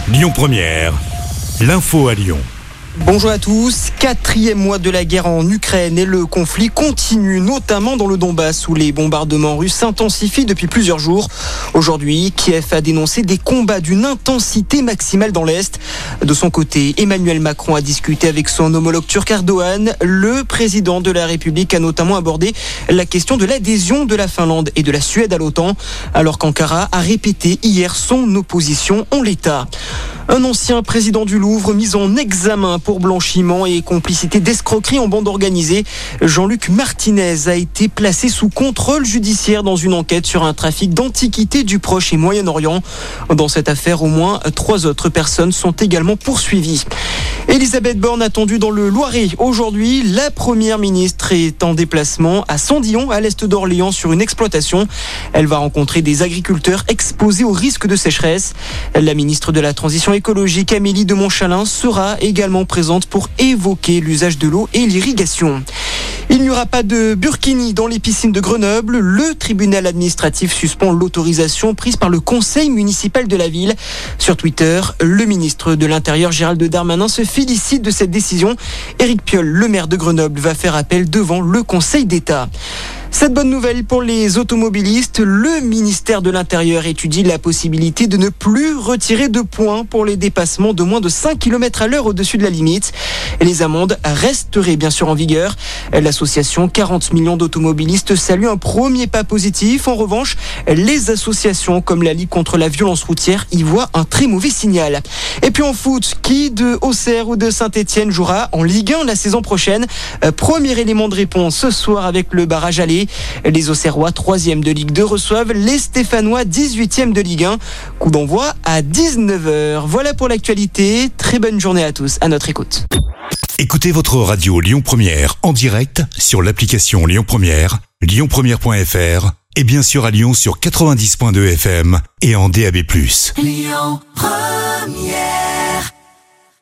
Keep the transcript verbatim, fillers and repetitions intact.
Lyon Première, l'info à Lyon. Bonjour à tous. Quatrième mois de la guerre en Ukraine et le conflit continue, notamment dans le Donbass où les bombardements russes s'intensifient depuis plusieurs jours. Aujourd'hui, Kiev a dénoncé des combats d'une intensité maximale dans l'Est. De son côté, Emmanuel Macron a discuté avec son homologue turc Erdogan. Le président de la République a notamment abordé la question de l'adhésion de la Finlande et de la Suède à l'OTAN, alors qu'Ankara a répété hier son opposition en l'état. Un ancien président du Louvre mis en examen pour blanchiment et complicité d'escroquerie en bande organisée. Jean-Luc Martinez a été placé sous contrôle judiciaire dans une enquête sur un trafic d'antiquités du Proche et Moyen-Orient. Dans cette affaire, au moins trois autres personnes sont également poursuivies. Elisabeth Borne attendue dans le Loiret. Aujourd'hui, la première ministre est en déplacement à Sandillon, à l'est d'Orléans, sur une exploitation. Elle va rencontrer des agriculteurs exposés au risque de sécheresse. La ministre de la Transition écologique, Amélie de Montchalin, sera également présente pour évoquer l'usage de l'eau et l'irrigation. Il n'y aura pas de burkini dans les piscines de Grenoble. Le tribunal administratif suspend l'autorisation prise par le conseil municipal de la ville. Sur Twitter, le ministre de l'Intérieur, Gérald Darmanin, se félicite de cette décision. Éric Piolle, le maire de Grenoble, va faire appel devant le Conseil d'État. Cette bonne nouvelle pour les automobilistes, le ministère de l'Intérieur étudie la possibilité de ne plus retirer de points pour les dépassements de moins de cinq kilomètres à l'heure au-dessus de la limite. Les amendes resteraient bien sûr en vigueur. L'association quarante millions d'automobilistes salue un premier pas positif. En revanche, les associations comme la Ligue contre la violence routière y voient un très mauvais signal. Et puis en foot, qui de Auxerre ou de Saint-Etienne jouera en Ligue un la saison prochaine? Premier élément de réponse ce soir avec le barrage aller. Les Auxerrois, troisième de Ligue deux, reçoivent les Stéphanois, dix-huitième de Ligue un. Coup d'envoi à dix-neuf heures. Voilà pour l'actualité. Très bonne journée à tous. À notre écoute. Écoutez votre radio Lyon Première en direct sur l'application Lyon Première, lyon première point f r et bien sûr à Lyon sur quatre-vingt-dix point deux F M et en D A B plus. Lyon Première.